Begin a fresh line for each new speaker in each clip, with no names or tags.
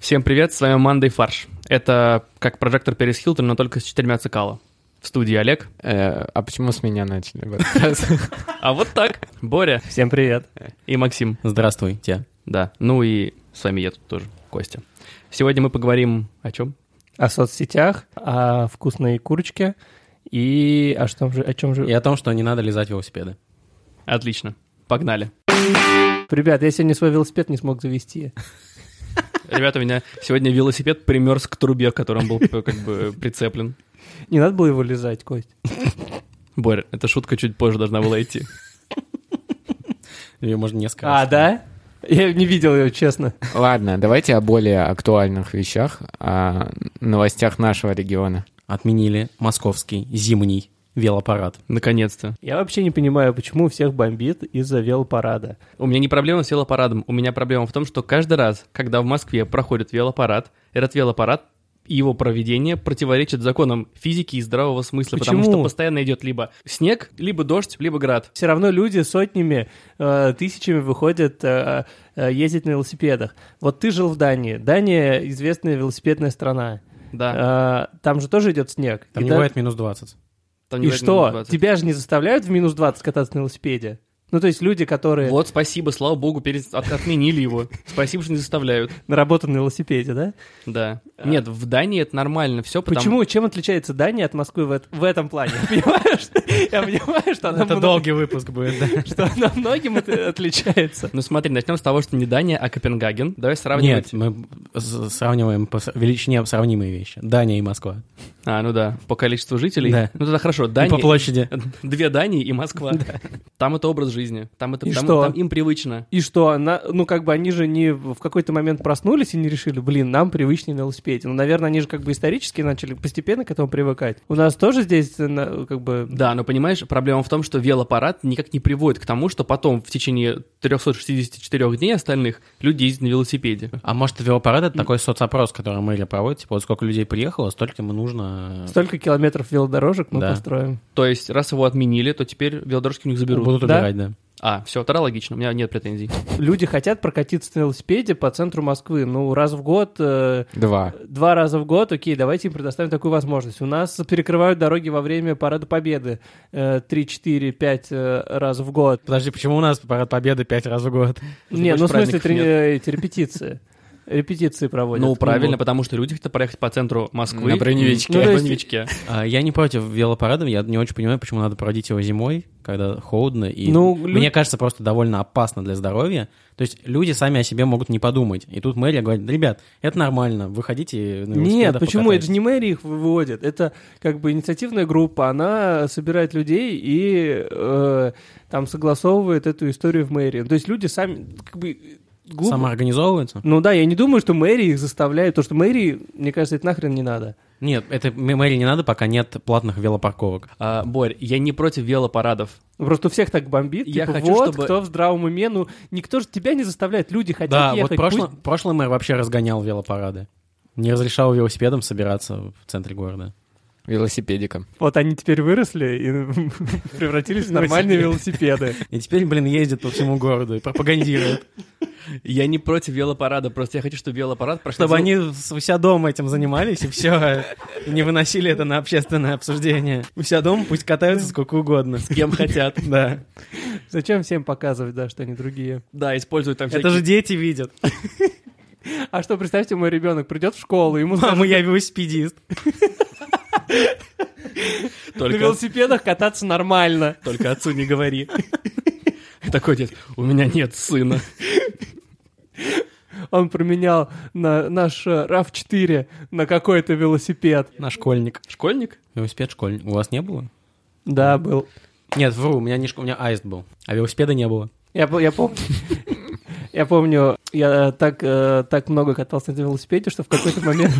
Всем привет, с вами Мандай Фарш. Это как прожектор Пэрис Хилтон, но только с 4 цикала. В студии Олег.
А почему с меня начали в этот раз?
А вот так. Боря.
Всем привет.
И Максим.
Здравствуйте.
Да, ну и с вами я тут тоже, Костя. Сегодня мы поговорим о чем?
О соцсетях, о вкусной курочке и о чем же?
И о том, что не надо лизать велосипеды.
Отлично, погнали.
Ребят, я сегодня свой велосипед не смог завести.
Ребята, у меня сегодня велосипед примерз к трубе, к которому был как бы прицеплен.
Не надо было его лизать, Кость.
Боря, эта шутка чуть позже должна была идти.
Ее можно несколько раз.
А, да? Я не видел ее, честно.
Ладно, давайте о более актуальных вещах, о новостях нашего региона.
Отменили московский зимний велопарад.
Наконец-то.
Я вообще не понимаю, почему всех бомбит из-за велопарада.
У меня не проблема с велопарадом, у меня проблема в том, что каждый раз, когда в Москве проходит велопарад, этот велопарад и его проведение противоречит законам физики и здравого смысла,
Почему?
потому что постоянно идет либо снег, либо дождь, либо град.
Все равно люди сотнями, тысячами выходят ездить на велосипедах. Вот ты жил в Дании. Дания известная велосипедная страна.
Да.
Там же тоже идет снег.
Там
И
не
да-
бывает минус 20.
Там не
И
бывает
что?
минус 20.
Тебя же не заставляют в минус 20 кататься на велосипеде? Ну, то есть люди, которые
Вот, спасибо, слава богу, отменили его. Спасибо, что не заставляют.
на работу на велосипеде, да?
Да. Нет, в Дании это нормально все, потому...
Почему? Чем отличается Дания от Москвы в этом плане? Я понимаю, что она
Это долгий выпуск будет, да.
что она многим отличается.
Ну смотри, начнем с того, что не Дания, а Копенгаген. Давай сравнивать.
Нет, мы сравниваем по величине сравнимые вещи. Дания и Москва.
А, ну да, по количеству жителей.
Да.
Ну тогда хорошо,
И
Дания...
по площади.
Две Дании и Москва. Там это образ жизни. Там
И что?
там им привычно.
И что, ну как бы они же не в какой-то момент проснулись и не решили, блин, нам привычнее на велосипеде. Ну, наверное, они же как бы исторически начали постепенно к этому привыкать. У нас тоже здесь как бы...
Да, но понимаешь, проблема в том, что велопарад никак не приводит к тому, что потом в течение 364 дней остальных люди ездят на велосипеде.
А может, велопарад — это такой соцопрос, который мэрия проводит? Типа, вот сколько людей приехало, столько ему нужно...
Столько километров велодорожек мы
Да.
построим.
То есть, раз его отменили, то теперь велодорожки у них заберут.
Будут
Да?
убирать, да.
А, все, тогда логично, у меня нет претензий.
Люди хотят прокатиться на велосипеде по центру Москвы. Ну, раз в год...
2.
2 раза в год, окей, давайте им предоставим такую возможность. У нас перекрывают дороги во время Парада Победы 3, 4, 5 раз в год.
Подожди, почему у нас парад Победы 5 раз в год?
Не,
больше
ну в смысле
праздников нет.
эти репетиции. Репетиции проводят.
Ну,
к
правильно,
нему.
потому что люди хотят проехать по центру Москвы.
На броневичке.
На
Ну, то есть-
броневичке.
Я не против велопарада, я не очень понимаю, почему надо проводить его зимой, когда холодно, и
Ну,
мне кажется, просто довольно опасно для здоровья. То есть люди сами о себе могут не подумать. И тут мэрия говорит, ребят, это нормально, выходите на
Нет,
велосипедах,
почему?
покатайтесь».
Это же не мэрия их выводит. Это как бы инициативная группа, она собирает людей и там согласовывает эту историю в мэрии. То есть люди сами как бы... глупо.
Самоорганизовываются?
Ну да, я не думаю, что мэрия их заставляет, потому что мэрии, мне кажется, это нахрен не надо.
Нет, это мэрии не надо, пока нет платных велопарковок.
Борь, я не против велопарадов.
Просто у всех так бомбит.
Я
типа,
хочу,
вот,
чтобы-
кто в здравом уме, ну, никто же тебя не заставляет, люди хотят
Да, вот
ехать.
прошлый мэр вообще разгонял велопарады. Не разрешал велосипедам собираться в центре города.
Велосипедиком.
Вот они теперь выросли и превратились в нормальные велосипеды.
И теперь, ездит по всему городу и пропагандирует.
Я не против велопарада, просто я хочу, чтобы велопарад проходил...
Чтобы они у себя дома этим занимались, и все, и не выносили это на общественное обсуждение. У себя дома пусть катаются сколько угодно.
с кем хотят.
Да.
Зачем всем показывать, да, что они другие?
Да, используют там
Это
всякие...
же дети видят.
А что, представьте, мой ребенок придет в школу, ему
Мама,
скажут,
я велосипедист.
на
Только,
велосипедах кататься нормально.
только отцу не говори. И такой дед, у меня нет сына.
Он променял наш RAV4 на какой-то велосипед.
На школьник.
Школьник?
Велосипед школьник. У вас не было?
Да, был.
Нет, вру, у меня у меня аист был, а велосипеда не было.
Я помню. Я помню, я так много катался на велосипеде, что в какой-то момент...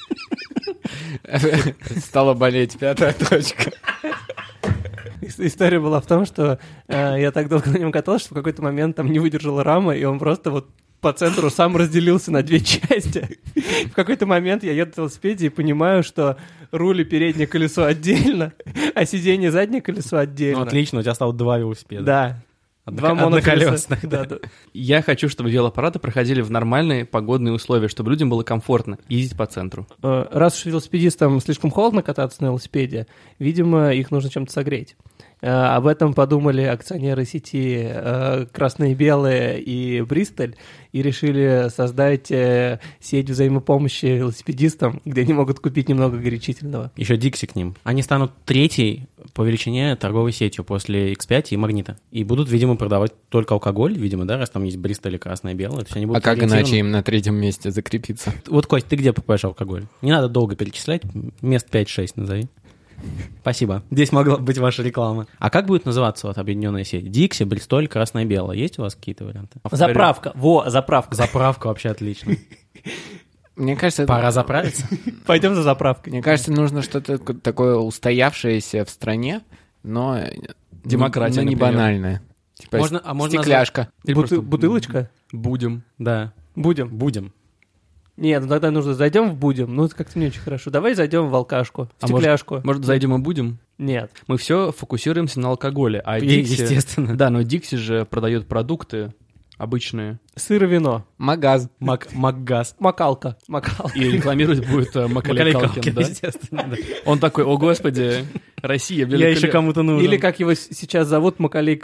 Стала болеть 5-я точка.
История была в том, что я так долго на нем катался, что в какой-то момент там не выдержала рама, и он просто вот по центру сам разделился на 2 части. В какой-то момент я еду на велосипеде и понимаю, что руль и переднее колесо отдельно, а сиденье заднее колесо отдельно.
Ну, отлично, у тебя стало 2 велосипеда.
Да. Два моноколесных.
Одноколесных, да.
Да.
Я хочу, чтобы велопарады проходили в нормальные погодные условия, чтобы людям было комфортно ездить по центру.
Раз уж велосипедистам слишком холодно кататься на велосипеде, видимо, их нужно чем-то согреть. Об этом подумали акционеры сети «Красные и белые» и «Бристоль» и решили создать сеть взаимопомощи велосипедистам, где они могут купить немного горячительного.
Еще Dixie к ним. Они станут третьей по величине торговой сетью после X5 и Магнита. И будут, видимо, продавать только алкоголь, видимо, да, раз там есть Бристоль и красное и белое. То есть они будут
как
ориентированы-
иначе им на третьем месте закрепиться?
Вот, Кость, ты где покупаешь алкоголь? Не надо долго перечислять, мест 5-6 назови. Спасибо. Здесь могла быть ваша реклама. А как будет называться вот объединенная сеть? Дикси, Бристоль, красное и белое. Есть у вас какие-то варианты?
Заправка. Заправка.
Заправка вообще отлично.
Мне кажется,
Пора заправиться.
Пойдем за заправкой.
Мне кажется, нужно что-то такое устоявшееся в стране, но
Демократия,
но не
например.
банальное. Типа
Можно
стекляшка.
Или просто
Бутылочка?
Будем.
Да,
Будем.
будем.
Нет, ну тогда нужно зайдем в будем. Ну, это как-то не очень хорошо. Давай зайдем в алкашку, в
А может-
стекляшку.
Может, зайдем и будем?
Нет.
Мы все фокусируемся на алкоголе, а
И-
Dixie...
Естественно.
Да, но Dixie же продает продукты обычные.
Сыр и вино.
Магаз.
Макгаз.
Макалка.
И рекламировать будет Макалей Калкин, да?
естественно. да.
Он такой: о господи, Россия
Я
великолепна.
еще кому-то нужен.
Или как его сейчас зовут, Макалей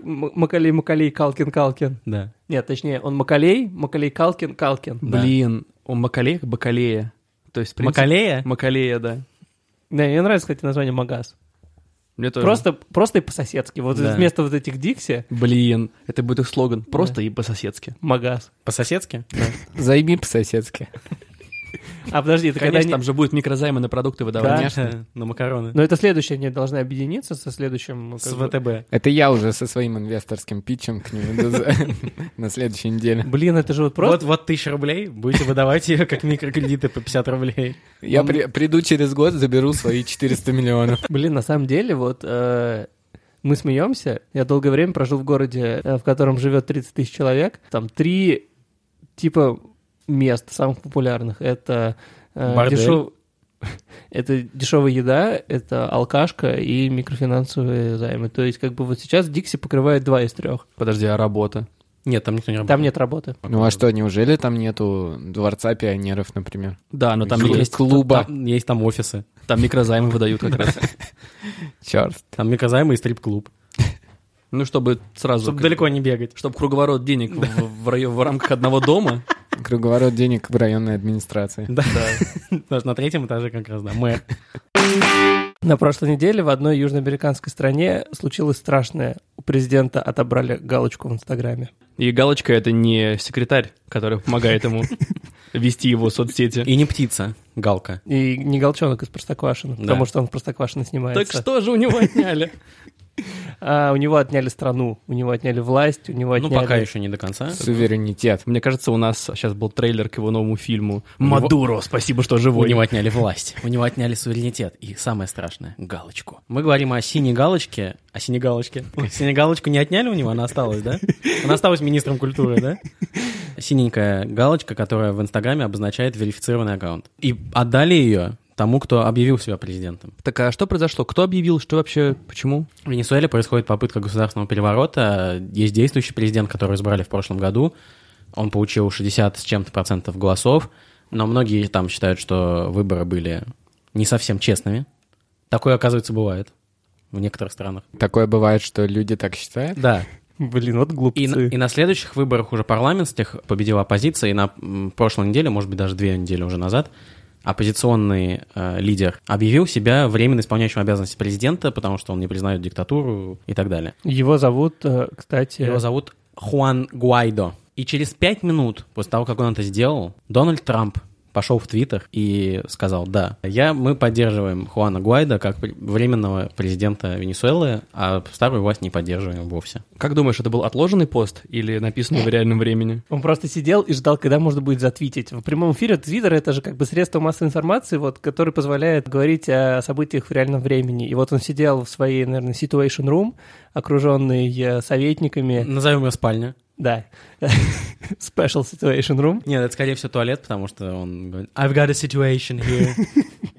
Калкин.
Да.
Нет, точнее, он Макалей Калкин.
Да.
Блин, он Макалей как Бакалея. То есть, в принципе,
Макалея?
Макалея, да.
Да, мне нравится, кстати, название Магаз.
Мне тоже.
Просто и по-соседски. Вот
Да.
вместо вот этих Дикси
Блин, это будет их слоган. Просто и по-соседски.
Магаз.
По-соседски?
Займи по-соседски.
А подожди, это когда
Конечно,
они...
там же будут микрозаймы на продукты выдавать.
Конечно, на макароны.
Но это следующее, они должны объединиться со следующим...
С
как бы-
ВТБ.
Это я уже со своим инвесторским питчем к ним иду на следующей неделе.
Блин, это же вот просто...
Вот 1000 рублей, будете выдавать ее как микрокредиты по 50 рублей.
Я приду через год, заберу свои 400 миллионов.
Блин, на самом деле, вот мы смеемся. Я долгое время прожил в городе, в котором живет 30 тысяч человек. Там 3 типа мест самых популярных. Это
Бордель.
это дешевая еда, это алкашка и микрофинансовые займы. То есть, как бы вот сейчас Dixie покрывает 2 из 3.
Подожди, а работа?
Нет, там никто не работает.
Там нет работы.
Ну а что, неужели там нету дворца пионеров, например?
Да, но там
Клуб.
есть,
Клуба.
Есть там офисы.
там микрозаймы выдают как раз.
Черт.
Там микрозаймы и стрип-клуб.
Ну, чтобы сразу...
Чтобы далеко не бегать.
Чтобы круговорот денег в рамках одного дома.
Круговорот денег в районной администрации.
Да. Даже на 3-м этаже как раз, да. Мэр.
На прошлой неделе в одной южноамериканской стране случилось страшное. У президента отобрали галочку в Инстаграме.
И галочка — это не секретарь, который помогает ему вести его соцсети.
И не птица, галка.
И не голчонок из Простоквашино,
Да.
потому что он в Простоквашино снимается.
Так что же у него отняли?
У него отняли страну, у него отняли власть, у него
Ну,
отняли...
пока еще не до конца.
Суверенитет.
Мне кажется, у нас сейчас был трейлер к его новому фильму. Мадуро, спасибо, что
У
живой.
него отняли власть, у него отняли суверенитет и, самое страшное, галочку. Мы говорим о синей галочке. О синей галочке. Синюю галочку не отняли у него, она осталась, да? Она осталась министром культуры, да? Синенькая галочка, которая в Инстаграме обозначает верифицированный аккаунт. И отдали ее тому, кто объявил себя президентом.
Так а что произошло? Кто объявил? Что вообще? Почему?
В Венесуэле происходит попытка государственного переворота. Есть действующий президент, которого избрали в прошлом году. Он получил 60 с чем-то процентов голосов, но многие там считают, что выборы были не совсем честными. Такое, оказывается, бывает в некоторых странах.
Такое бывает, что люди так считают?
Да.
Блин, вот глупцы.
И на следующих выборах уже парламентских победила оппозиция, и на прошлой неделе, может быть, даже 2 недели уже назад, оппозиционный лидер объявил себя временно исполняющим обязанности президента, потому что он не признает диктатуру и так далее.
Его зовут, кстати...
Его зовут Хуан Гуайдо. И через 5 минут после того, как он это сделал, Дональд Трамп пошел в Твиттер и сказал: да, мы поддерживаем Хуана Гуайдо как временного президента Венесуэлы, а старую власть не поддерживаем вовсе.
Как думаешь, это был отложенный пост или написанный в реальном времени?
Он просто сидел и ждал, когда можно будет затвитить. В прямом эфире Твиттер — это же как бы средство массовой информации, вот, которое позволяет говорить о событиях в реальном времени. И вот он сидел в своей, наверное, situation room, окруженный советниками.
Назовем ее спальня.
Да. Special situation room.
Нет, это, скорее всего, туалет, потому что он говорит: I've got a situation here.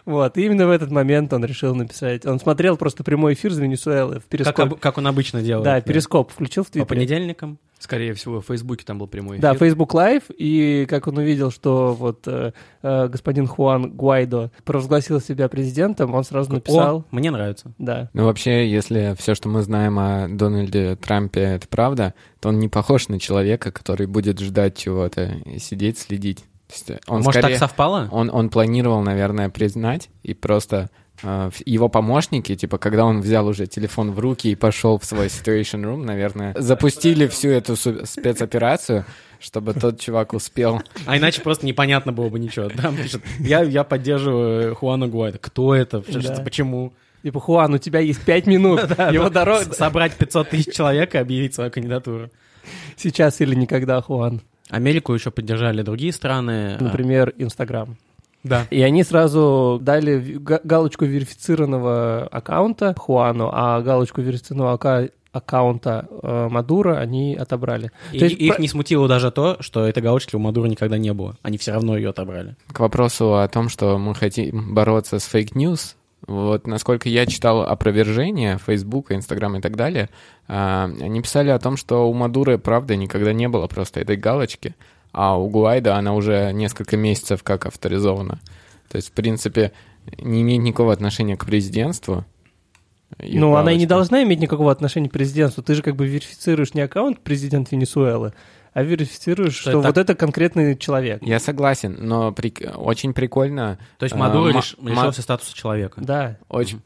Вот, и именно в этот момент он решил написать. Он смотрел просто прямой эфир из Венесуэлы в Перископ.
Как он обычно делает.
Да, Перископ включил в
По
Твиттере.
понедельникам.
Скорее всего, в Фейсбуке там был прямой эфир.
Да, Facebook Live, и как он увидел, что вот господин Хуан Гуайдо провозгласил себя президентом, он сразу написал...
О, мне нравится.
Да.
Ну, вообще, если все, что мы знаем о Дональде Трампе, это правда, то он не похож на человека, который будет ждать чего-то и сидеть, следить. То есть он
Может,
скорее,
так совпало?
он планировал, наверное, признать, и просто его помощники, типа, когда он взял уже телефон в руки и пошел в свой Situation Room, наверное, запустили всю эту спецоперацию, чтобы тот чувак успел.
А иначе просто непонятно было бы ничего. Да, он пишет, я поддерживаю Хуана Гуайдо. Кто это?
Да.
Почему?
Типа, Хуан, у тебя есть 5 минут, его дорога...
Собрать 500 тысяч человек и объявить свою кандидатуру.
Сейчас или никогда, Хуан.
Америку еще поддержали другие страны.
Например, Инстаграм.
Да.
И они сразу дали галочку верифицированного аккаунта Хуану, а галочку верифицированного аккаунта Мадуро они отобрали.
И
То есть
их не смутило даже то, что этой галочки у Мадуро никогда не было. Они все равно ее отобрали.
К вопросу о том, что мы хотим бороться с фейк-ньюс, вот насколько я читал опровержения Фейсбука, Инстаграма и так далее, они писали о том, что у Мадуро, правда, никогда не было просто этой галочки, а у Гуайдо она уже несколько месяцев как авторизована. То есть, в принципе, не имеет никакого отношения к президентству.
Ну, она и не должна иметь никакого отношения к президентству. Ты же как бы верифицируешь не аккаунт президента Венесуэлы, а верифицируешь, что вот это конкретный человек.
Я согласен, но очень прикольно...
То есть Мадуро лишился статуса человека.
Да.
Очень...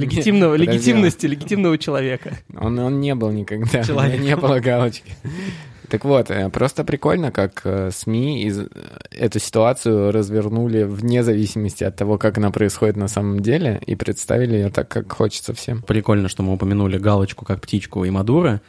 Легитимного человека.
Он не был никогда. Не было галочки. Так вот, просто прикольно, как СМИ эту ситуацию развернули вне зависимости от того, как она происходит на самом деле, и представили ее так, как хочется всем.
Прикольно, что мы упомянули галочку как птичку и Мадуро.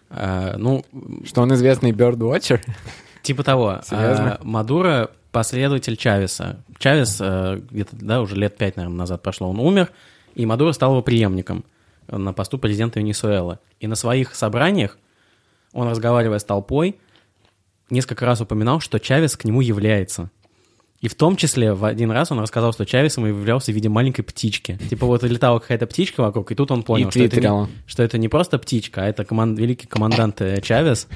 Что он известный birdwatcher?
Типа того.
Серьезно?
Мадуро — последователь Чавеса. Чавес где-то, уже лет 5, наверное, назад прошло, он умер, и Мадуро стал его преемником на посту президента Венесуэлы. И на своих собраниях он, разговаривая с толпой, несколько раз упоминал, что Чавес к нему является. И в том числе в один раз он рассказал, что Чавес ему являлся в виде маленькой птички. Типа вот летала какая-то птичка вокруг, и тут он понял, что это не просто птичка, а это великий командант Чавес.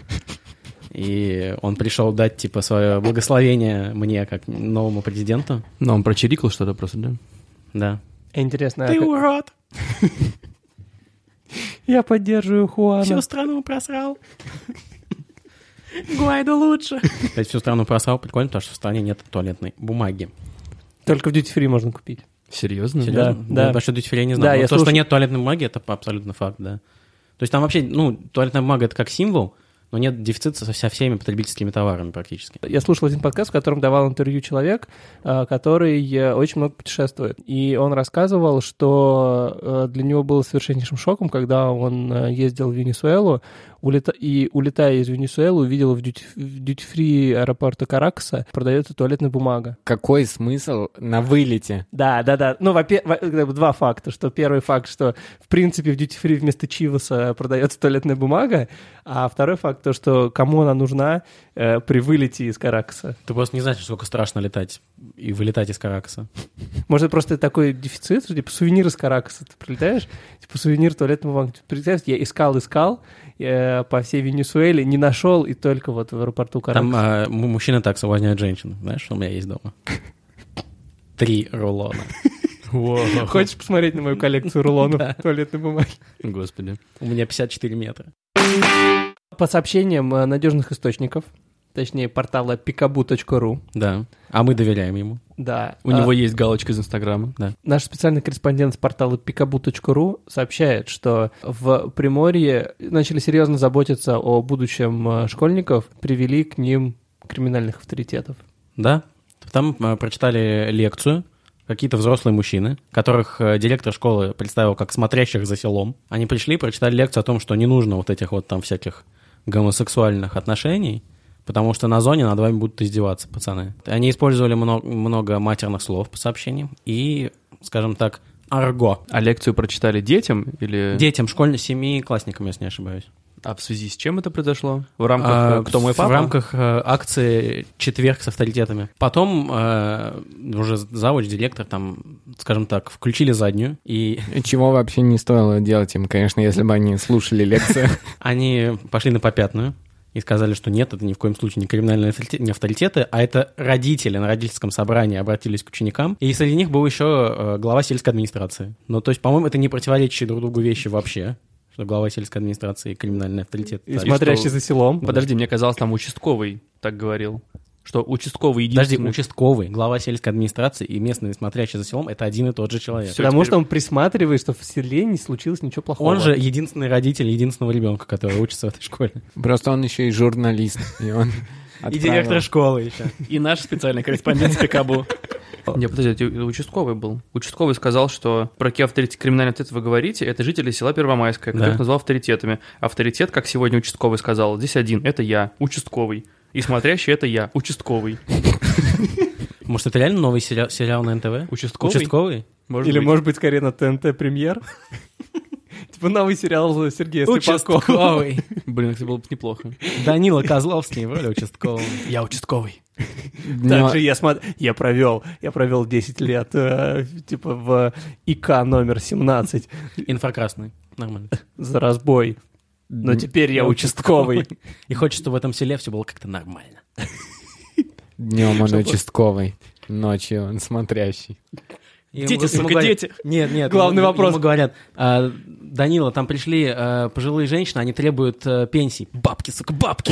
И он пришел дать, типа, свое благословение мне, как новому президенту.
Но он прочирикал что-то просто, да?
Да.
Интересно.
Ты урод!
Я поддерживаю Хуана.
Всю страну просрал. Гуайдо лучше. То есть всю страну просрал, прикольно, потому что в стране нет туалетной бумаги.
Только в Duty Free можно купить.
Серьезно?
Серьезно?
Да.
Потому что Duty Free я не знаю.
Да,
что нет туалетной бумаги, это абсолютно факт, да. То есть там вообще, туалетная бумага — это как символ, но нет дефицита со всеми потребительскими товарами практически.
Я слушал один подкаст, в котором давал интервью человек, который очень много путешествует. И он рассказывал, что для него было совершеннейшим шоком, когда он ездил в Венесуэлу, и, улетая из Венесуэлы, увидел в дьюти-фри аэропорта Каракаса продается туалетная бумага.
Какой смысл на вылете?
Да. Ну, два факта. Что первый факт, что, в принципе, в дьюти-фри вместо чиваса продается туалетная бумага, а второй факт, то, что кому она нужна при вылете из Каракаса.
Ты просто не знаешь, сколько страшно летать и вылетать из Каракаса.
Может, просто такой дефицит, что, типа, сувенир из Каракаса. Ты прилетаешь, типа, сувенир туалетной бумаги. Представь, я искал, по всей Венесуэле, не нашел, и только вот в аэропорту Каракас.
Там мужчины так соблазняют женщин. Знаешь, что у меня есть дома? 3 рулона.
Хочешь посмотреть на мою коллекцию рулонов туалетной бумаги?
Господи.
У меня 54 метра.
По сообщениям надежных источников, точнее, портала peekaboo.ru.
Да. А мы доверяем ему.
Да.
У него есть галочка из Инстаграма.
Да.
Наш специальный корреспондент с портала peekaboo.ru сообщает, что в Приморье начали серьезно заботиться о будущем школьников, привели к ним криминальных авторитетов.
Да. Там прочитали лекцию какие-то взрослые мужчины, которых директор школы представил как смотрящих за селом. Они пришли и прочитали лекцию о том, что не нужно вот этих вот там всяких гомосексуальных отношений, потому что на зоне над вами будут издеваться, пацаны. Они использовали много матерных слов по сообщениям и, скажем так, арго.
А лекцию прочитали детям или...
Детям, 7-классникам, если не ошибаюсь.
А в связи с чем это произошло? В рамках «Кто мой папа»?
В рамках акции «Четверг с авторитетами». Потом уже завуч, директор, там, скажем так, включили заднюю, и...
Чего вообще не стоило делать им, конечно, если бы они слушали лекцию.
Они пошли на попятную и сказали, что нет, это ни в коем случае не криминальные не авторитеты, а это родители на родительском собрании обратились к ученикам. И среди них был еще глава сельской администрации. Ну, то есть, по-моему, это не противоречащие друг другу вещи вообще, что глава сельской администрации и криминальный авторитет.
И смотрящий за селом.
Подожди, мне казалось, там участковый так говорил. Что участковый единственный...
Подожди, участковый, глава сельской администрации и местный смотрящий за селом — это один и тот же человек.
Потому что он присматривает, что в селе не случилось ничего плохого.
Он же единственный родитель единственного ребенка, который учится в этой школе.
Просто он еще и журналист. И он
И директор школы еще.
И наш специальный корреспондент с Пикабу. Не, подождите, участковый был. Участковый сказал, что про какие криминальные авторитеты вы говорите, это жители села Первомайское, которых назвал авторитетами. Авторитет, как сегодня участковый сказал, здесь один, это я, участковый. И смотрящий — это я, участковый.
Может, это реально новый сериал на НТВ?
Участковый?
Или, может быть, скорее на ТНТ премьер? Типа новый сериал Сергея Слепакова.
Участковый.
Блин, это было бы неплохо.
Данила Козловский в роли участкового.
Я участковый.
Также я провел 10 лет типа в ИК номер 17
Инфракрасный. Нормально.
за разбой. Но теперь я участковый.
И хочется, чтобы в этом селе все было как-то нормально.
Днем он участковый, ночью он смотрящий.
Дети, сука, дети.
Нет.
Главный вопрос.
Ему говорят: Данила, там пришли пожилые женщины, они требуют пенсий. Бабки, сука, бабки.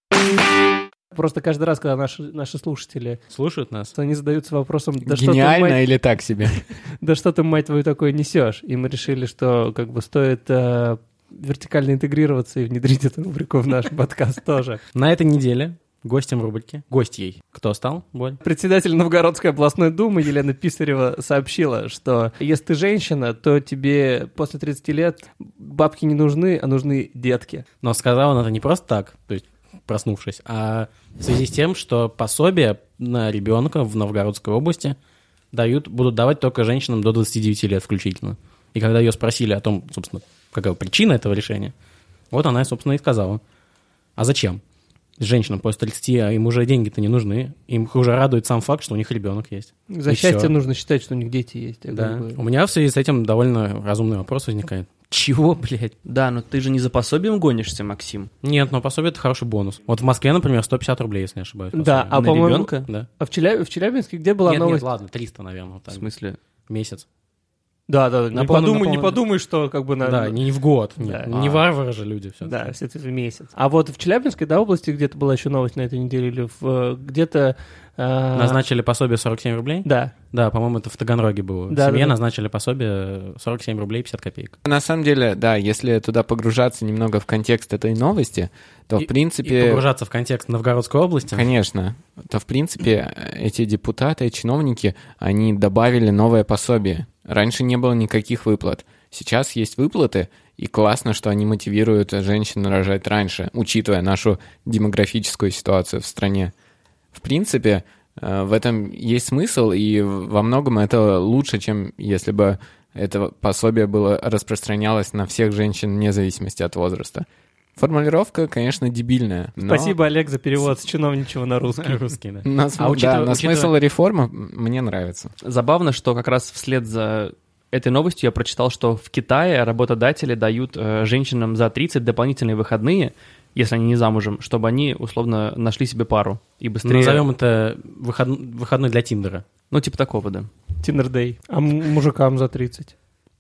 Просто каждый раз, когда наши слушатели
Слушают нас?
они задаются вопросом,
Гениально или так себе?
Да что ты, мать твою, такое несешь? И мы решили, что как бы стоит вертикально интегрироваться и внедрить эту рубрику в наш подкаст тоже.
На этой неделе гостем рубрики, гостьей, кто стал, Боль?
Председатель Новгородской областной думы Елена Писарева сообщила, что если ты женщина, то тебе после 30 лет бабки не нужны, а нужны детки.
Но сказала она это не просто так, то есть проснувшись, а в связи с тем, что пособие на ребенка в Новгородской области будут давать только женщинам до 29 лет включительно. И когда ее спросили о том, собственно, какая причина этого решения, вот она, собственно, и сказала. А зачем? Женщинам после 30, а им уже деньги-то не нужны. Им уже радует сам факт, что у них ребенок есть.
За
И
счастье
всё.
нужно считать, что у них дети есть.
Да. У меня в связи с этим довольно разумный вопрос возникает. Чего, блядь?
Да, но ты же не за пособием гонишься, Максим.
Нет, но пособие — это хороший бонус. Вот в Москве, например, 150 рублей, если не ошибаюсь.
Да,
пособие.
а
На
по-моему...
ребенка?
Да.
А в Челябинске где была
Нет,
новость?
ладно, 300, наверное. Вот
В
так.
смысле?
В месяц.
Да,
На полный-
не подумай, что как бы...
Да, не в год.
Да.
Не варвары же люди все.
Да, все это в месяц. А вот в Челябинской, да, области где-то была еще новость на этой неделе, или где-то...
Назначили пособие 47 рублей?
Да.
Да, по-моему, это в Таганроге было.
Да,
Семье
да, да.
назначили пособие 47 рублей 50 копеек.
На самом деле, да, если туда погружаться немного в контекст этой новости, то, в
И
принципе...
погружаться в контекст Новгородской области.
Конечно. То, в принципе, эти депутаты, чиновники, они добавили новое пособие. Раньше не было никаких выплат. Сейчас есть выплаты, и классно, что они мотивируют женщин рожать раньше, учитывая нашу демографическую ситуацию в стране. В принципе, в этом есть смысл, и во многом это лучше, чем если бы это пособие распространялось на всех женщин вне зависимости от возраста. Формулировка, конечно, дебильная. Но...
Спасибо, Олег, за перевод с чиновничего на русский.
Русские, да.
Но
учитывая-
смысл реформы мне нравится.
Забавно, что как раз вслед за этой новостью я прочитал, что в Китае работодатели дают женщинам за 30 дополнительные выходные, если они не замужем, чтобы они, условно, нашли себе пару и быстрее...
Назовем это выходной для Тиндера.
Ну, типа такого, да.
Тиндер Дэй. А мужикам за 30?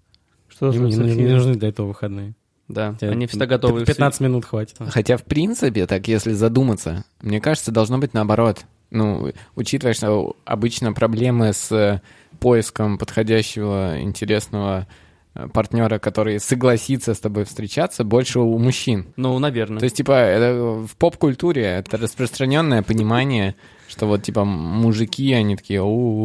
Что
Им
за
не нужны для этого выходные.
Да,
Тебе
они всегда готовы...
15 минут хватит.
Хотя, в принципе, так если задуматься, мне кажется, должно быть наоборот. Ну, учитывая, что обычно проблемы с поиском подходящего, интересного партнера, который согласится с тобой встречаться, больше у мужчин.
Ну, наверное.
То есть, типа, это в поп-культуре это распространенное понимание, что вот, типа, мужики, они такие,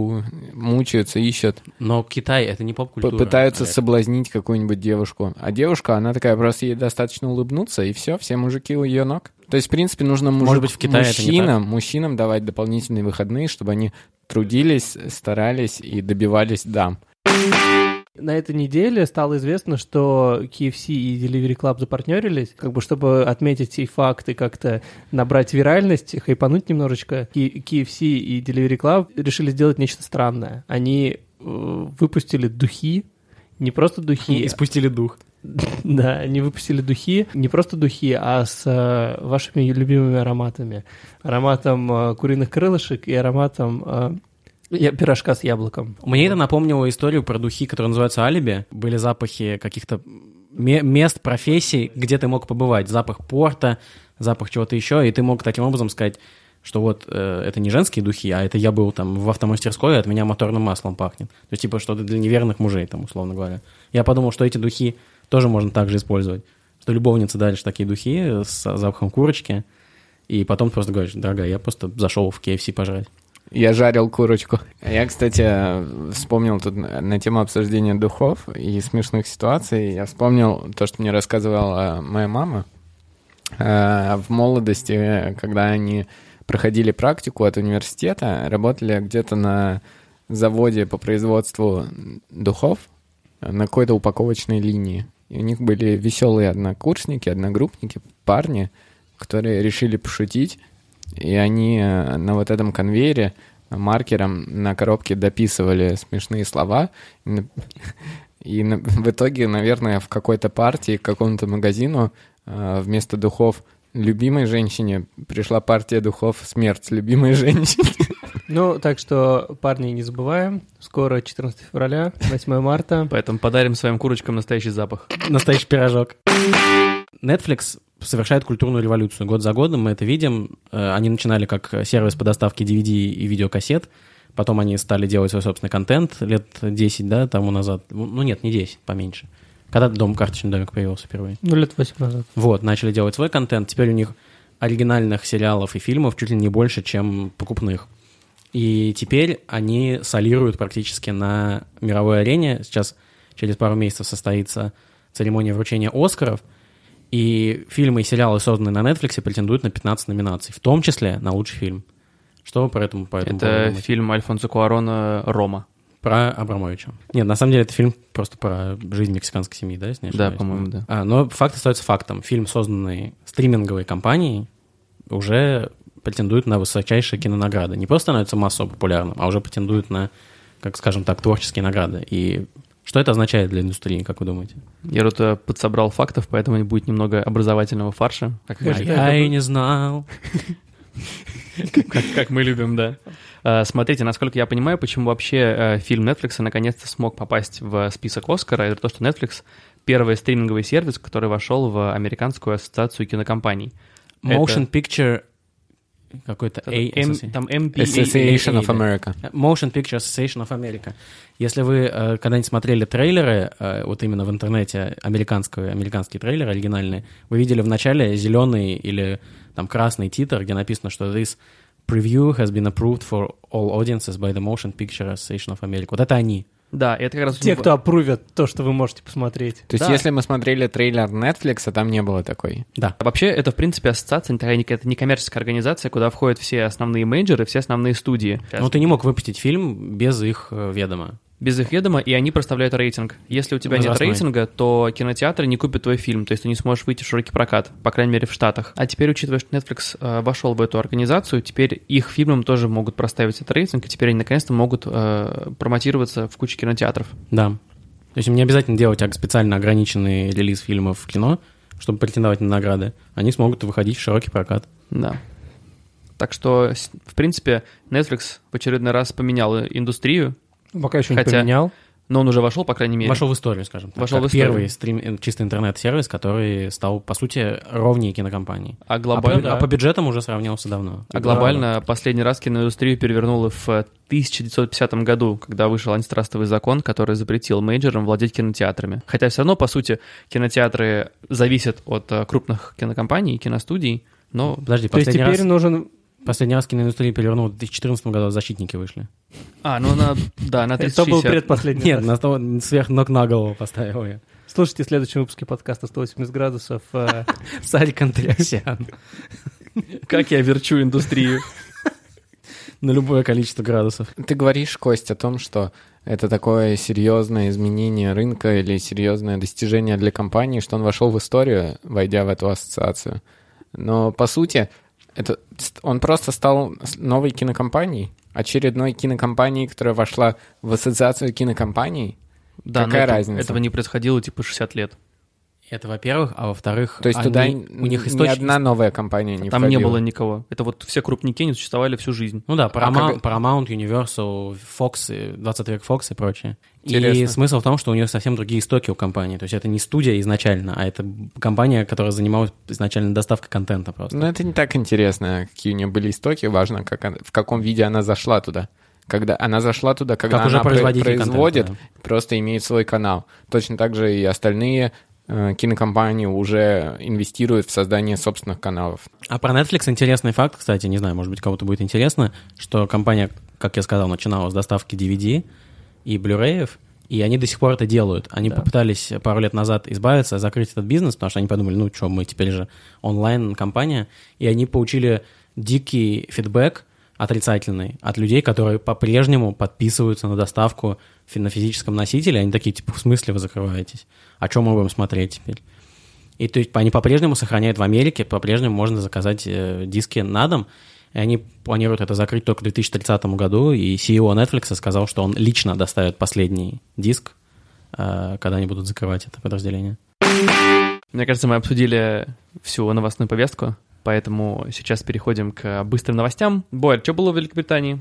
мучаются, ищут,
Но Китай — это не поп-культура.
пытаются
Олег.
соблазнить какую-нибудь девушку. А девушка, она такая, просто ей достаточно улыбнуться, и все мужики у ее ног. То есть, в принципе, нужно
Может быть, в Китае это не так?
мужчинам давать дополнительные выходные, чтобы они трудились, старались и добивались дам.
На этой неделе стало известно, что KFC и Delivery Club запартнерились, как бы чтобы отметить сей факт и как-то набрать виральность, хайпануть немножечко. KFC и Delivery Club решили сделать нечто странное. Они выпустили духи, не просто духи.
И спустили дух.
Да, они выпустили духи, не просто духи, а с вашими любимыми ароматами. Ароматом куриных крылышек и ароматом пирожка с яблоком.
Мне это напомнило историю про духи, которые называются «Алиби». Были запахи каких-то мест, профессий, где ты мог побывать. Запах порта, запах чего-то еще, и ты мог таким образом сказать, что вот это не женские духи, а это я был там в автомастерской, и от меня моторным маслом пахнет. То есть типа что-то для неверных мужей, там, условно говоря. Я подумал, что эти духи тоже можно так же использовать. Что любовницы даришь такие духи с запахом курочки, и потом ты просто говоришь: дорогая, я просто зашел в KFC пожрать.
Я жарил курочку. Я, кстати, вспомнил тут на тему обсуждения духов и смешных ситуаций. Я вспомнил то, что мне рассказывала моя мама. В молодости, когда они проходили практику от университета, работали где-то на заводе по производству духов на какой-то упаковочной линии. И у них были веселые однокурсники, одногруппники, парни, которые решили пошутить. И они на вот этом конвейере маркером на коробке дописывали смешные слова. И в итоге, наверное, в какой-то партии, к какому-то магазину вместо духов любимой женщине пришла партия духов «Смерть любимой женщине».
Ну, так что, парни, не забываем. Скоро 14 февраля, 8 марта.
Поэтому подарим своим курочкам настоящий запах.
Настоящий пирожок. Netflix совершает культурную революцию. Год за годом мы это видим. Они начинали как сервис по доставке DVD и видеокассет. Потом они стали делать свой собственный контент лет 10, да, тому назад. Ну нет, не 10, поменьше. Когда карточный домик появился впервые?
Ну, лет 8 назад.
Вот, начали делать свой контент. Теперь у них оригинальных сериалов и фильмов чуть ли не больше, чем покупных. И теперь они солируют практически на мировой арене. Сейчас через пару месяцев состоится церемония вручения «Оскаров». И фильмы и сериалы, созданные на Netflix, претендуют на 15 номинаций, в том числе на лучший фильм. Что вы по этому
Это фильм Альфонсо Куарона «Рома».
Про Абрамовича. Нет, на самом деле это фильм просто про жизнь мексиканской семьи, да, если не ошибаюсь?
Да, по-моему, да.
Но факт остается фактом. Фильм, созданный стриминговой компанией, уже претендует на высочайшие кинонаграды. Не просто становится массово популярным, а уже претендует на, как скажем так, творческие награды. И что это означает для индустрии, как вы думаете?
Я тут подсобрал фактов, поэтому будет немного образовательного фарша.
Я и не знал.
Как мы любим, да. Смотрите, насколько я понимаю, почему вообще фильм Netflix наконец-то смог попасть в список Оскара, это то, что Netflix — первый стриминговый сервис, который вошел в Американскую ассоциацию кинокомпаний.
Motion Picture... Какой-то
там MPAA.
Association of America.
Motion Picture Association of America. Если вы когда-нибудь смотрели трейлеры, вот именно в интернете, американские трейлеры оригинальные, вы видели в начале зеленый или там красный титр, где написано, что this preview has been approved for all audiences by the Motion Picture Association of America. Вот это они.
Да, это как раз...
Те, кто апрувят то, что вы можете посмотреть.
То есть, если мы смотрели трейлер Netflix, там не было такой?
Да.
Вообще, это, в принципе, ассоциация, это некоммерческая организация, куда входят все основные мейджоры, все основные студии.
Но ты не мог выпустить фильм без их ведома.
Без их ведома, и они проставляют рейтинг. Если у тебя нет рейтинга, то кинотеатры не купят твой фильм, то есть ты не сможешь выйти в широкий прокат, по крайней мере, в Штатах. А теперь, учитывая, что Netflix вошел в эту организацию, теперь их фильмам тоже могут проставить этот рейтинг, и теперь они наконец-то могут промотироваться в куче кинотеатров.
Да. То есть им не обязательно делать специально ограниченный релиз фильмов в кино, чтобы претендовать на награды. Они смогут выходить в широкий прокат.
Да. Так что, в принципе, Netflix в очередной раз поменял индустрию.
Пока еще не поменял.
Но он уже вошел, по крайней мере.
Вошел в историю, скажем так.
Вошел в историю.
Первый чисто интернет-сервис, который стал, по сути, ровнее кинокомпании.
А глобально...
А по бюджетам уже сравнялся давно.
А глобально последний раз киноиндустрию перевернуло в 1950 году, когда вышел антитрастовый закон, который запретил мейджорам владеть кинотеатрами. Хотя все равно, по сути, кинотеатры зависят от крупных кинокомпаний, киностудий, но...
Подожди,
то есть теперь нужен...
Последний раз киноиндустрию перевернул в 2014 году, «Защитники» вышли.
На 360.
Это был предпоследний
Нет,
раз.
на то сверх ног на голову поставил я.
Слушайте в следующем выпуске подкаста «180 градусов».
Сарик Андреасян.
Как я верчу индустрию.
на любое количество градусов.
Ты говоришь, Кость, о том, что это такое серьезное изменение рынка или серьезное достижение для компании, что он вошел в историю, войдя в эту ассоциацию. Но, по сути, он просто стал новой кинокомпанией, очередной кинокомпанией, которая вошла в ассоциацию кинокомпаний.
Да,
какая
но
разница?
Этого не происходило, 60 лет.
Это, во-первых, а во-вторых,
То есть туда
у них
ни одна новая компания не
Там
входила.
не было никого. Это вот все крупники, они существовали всю жизнь.
Ну да, Paramount, Universal, Fox, 20 век Fox и прочее.
Интересно.
И смысл в том, что у нее совсем другие истоки у компании. То есть это не студия изначально, а это компания, которая занималась изначально доставкой контента просто.
Но это не так интересно, какие у нее были истоки. Важно, в каком виде она зашла туда. Когда она зашла туда, когда
как уже
она
производитель
производит,
контента,
просто имеет свой канал. Точно так же и остальные кинокомпании уже инвестируют в создание собственных каналов.
А про Netflix интересный факт, кстати, не знаю, может быть, кому-то будет интересно, что компания, как я сказал, начинала с доставки DVD и Blu-ray, и они до сих пор это делают. Они попытались пару лет назад избавиться, закрыть этот бизнес, потому что они подумали, ну что, мы теперь же онлайн-компания, и они получили дикий фидбэк отрицательный от людей, которые по-прежнему подписываются на доставку на физическом носителе. Они такие, типа, в смысле вы закрываетесь? А что мы будем смотреть теперь? И то есть они по-прежнему сохраняют в Америке, по-прежнему можно заказать диски на дом, и они планируют это закрыть только в 2030 году, и CEO Netflix сказал, что он лично доставит последний диск, когда они будут закрывать это подразделение.
Мне кажется, мы обсудили всю новостную повестку, поэтому сейчас переходим к быстрым новостям. Борь, что было в Великобритании?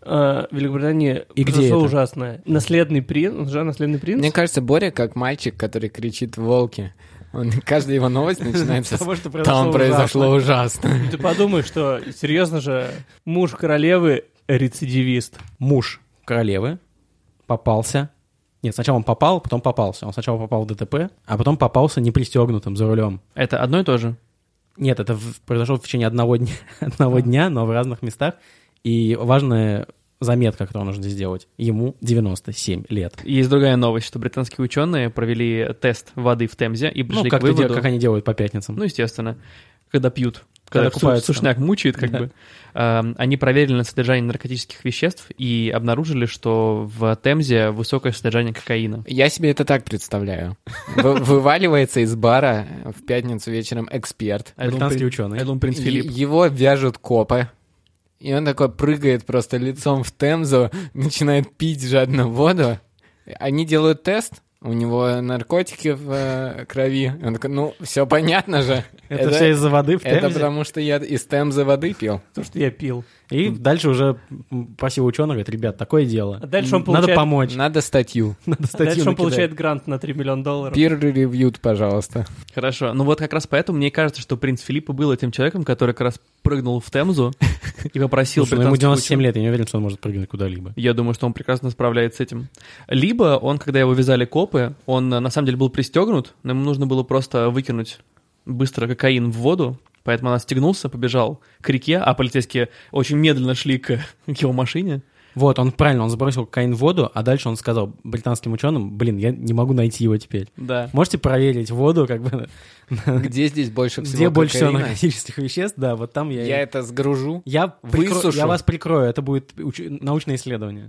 В Великобритании
И где
произошло
это?
ужасное. Наследный принц.
Мне кажется, Боря как мальчик, который кричит «волки». Каждая его новость начинается с «там произошло ужасно».
Ты подумай, что серьезно же муж королевы рецидивист.
Муж королевы попался. Нет, сначала он попал, потом попался. Он сначала попал в ДТП, а потом попался непристегнутым за рулем.
Это одно и то же?
Нет, это произошло в течение одного дня, но в разных местах. И важная заметка, которую нужно сделать. Ему 97 лет.
Есть другая новость, что британские ученые провели тест воды в Темзе и пришли к выводу...
как они делают по пятницам.
Ну, естественно, когда пьют.
Когда
Когда
купаются
сушняк мучает, как бы. Они проверили на содержание наркотических веществ и обнаружили, что в Темзе высокое содержание кокаина.
Я себе это так представляю. Вываливается из бара в пятницу вечером эксперт.
Британский ученый.
Я думаю, принц Филипп.
Его вяжут копы. И он такой прыгает просто лицом в Темзу, начинает пить жадно воду. Они делают тест, у него наркотики в крови. Он такой, ну, все понятно же.
Это все из-за воды в Темзе?
Это потому, что я из Темзы воды пил.
То, что я пил.
И дальше уже пассив ученый говорит, ребят, такое дело.
А дальше он получает...
Надо помочь.
Надо статью.
Надо
А
статью
дальше он
накидать.
получает грант на $3 миллиона.
Peer-reviewed, пожалуйста.
Хорошо. Ну вот как раз поэтому мне кажется, что принц Филипп был этим человеком, который как раз прыгнул в Темзу и попросил
Слушай, ну ему
британских
97
ученых.
лет, я не уверен, что он может прыгнуть куда-либо.
Я думаю, что он прекрасно справляется с этим. Либо он, когда его вязали копы, он на самом деле был пристегнут, но ему нужно было просто выкинуть быстро кокаин в воду, поэтому он отстегнулся, побежал к реке, а полицейские очень медленно шли к его машине.
Вот, он правильно, он сбросил кокаин в воду, а дальше он сказал британским ученым, блин, я не могу найти его теперь.
Да.
Можете проверить воду, как бы,
Где здесь больше всего
где больше всего
кокаина?
наркотических веществ, да, вот там
Я это сгружу.
я
высушу.
вас прикрою, это будет научное исследование.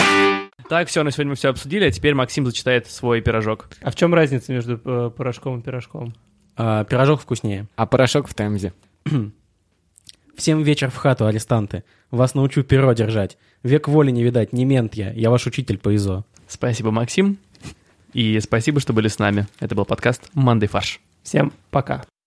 Так, все, на сегодня мы все обсудили, а теперь Максим зачитает свой пирожок.
А в чем разница между порошком и пирожком?
Пирожок вкуснее.
А порошок в Темзе.
Всем вечер в хату, арестанты. Вас научу перо держать. Век воли не видать, не мент я ваш учитель по ИЗО.
Спасибо, Максим. И спасибо, что были с нами. Это был подкаст «Мандай фарш».
Всем пока.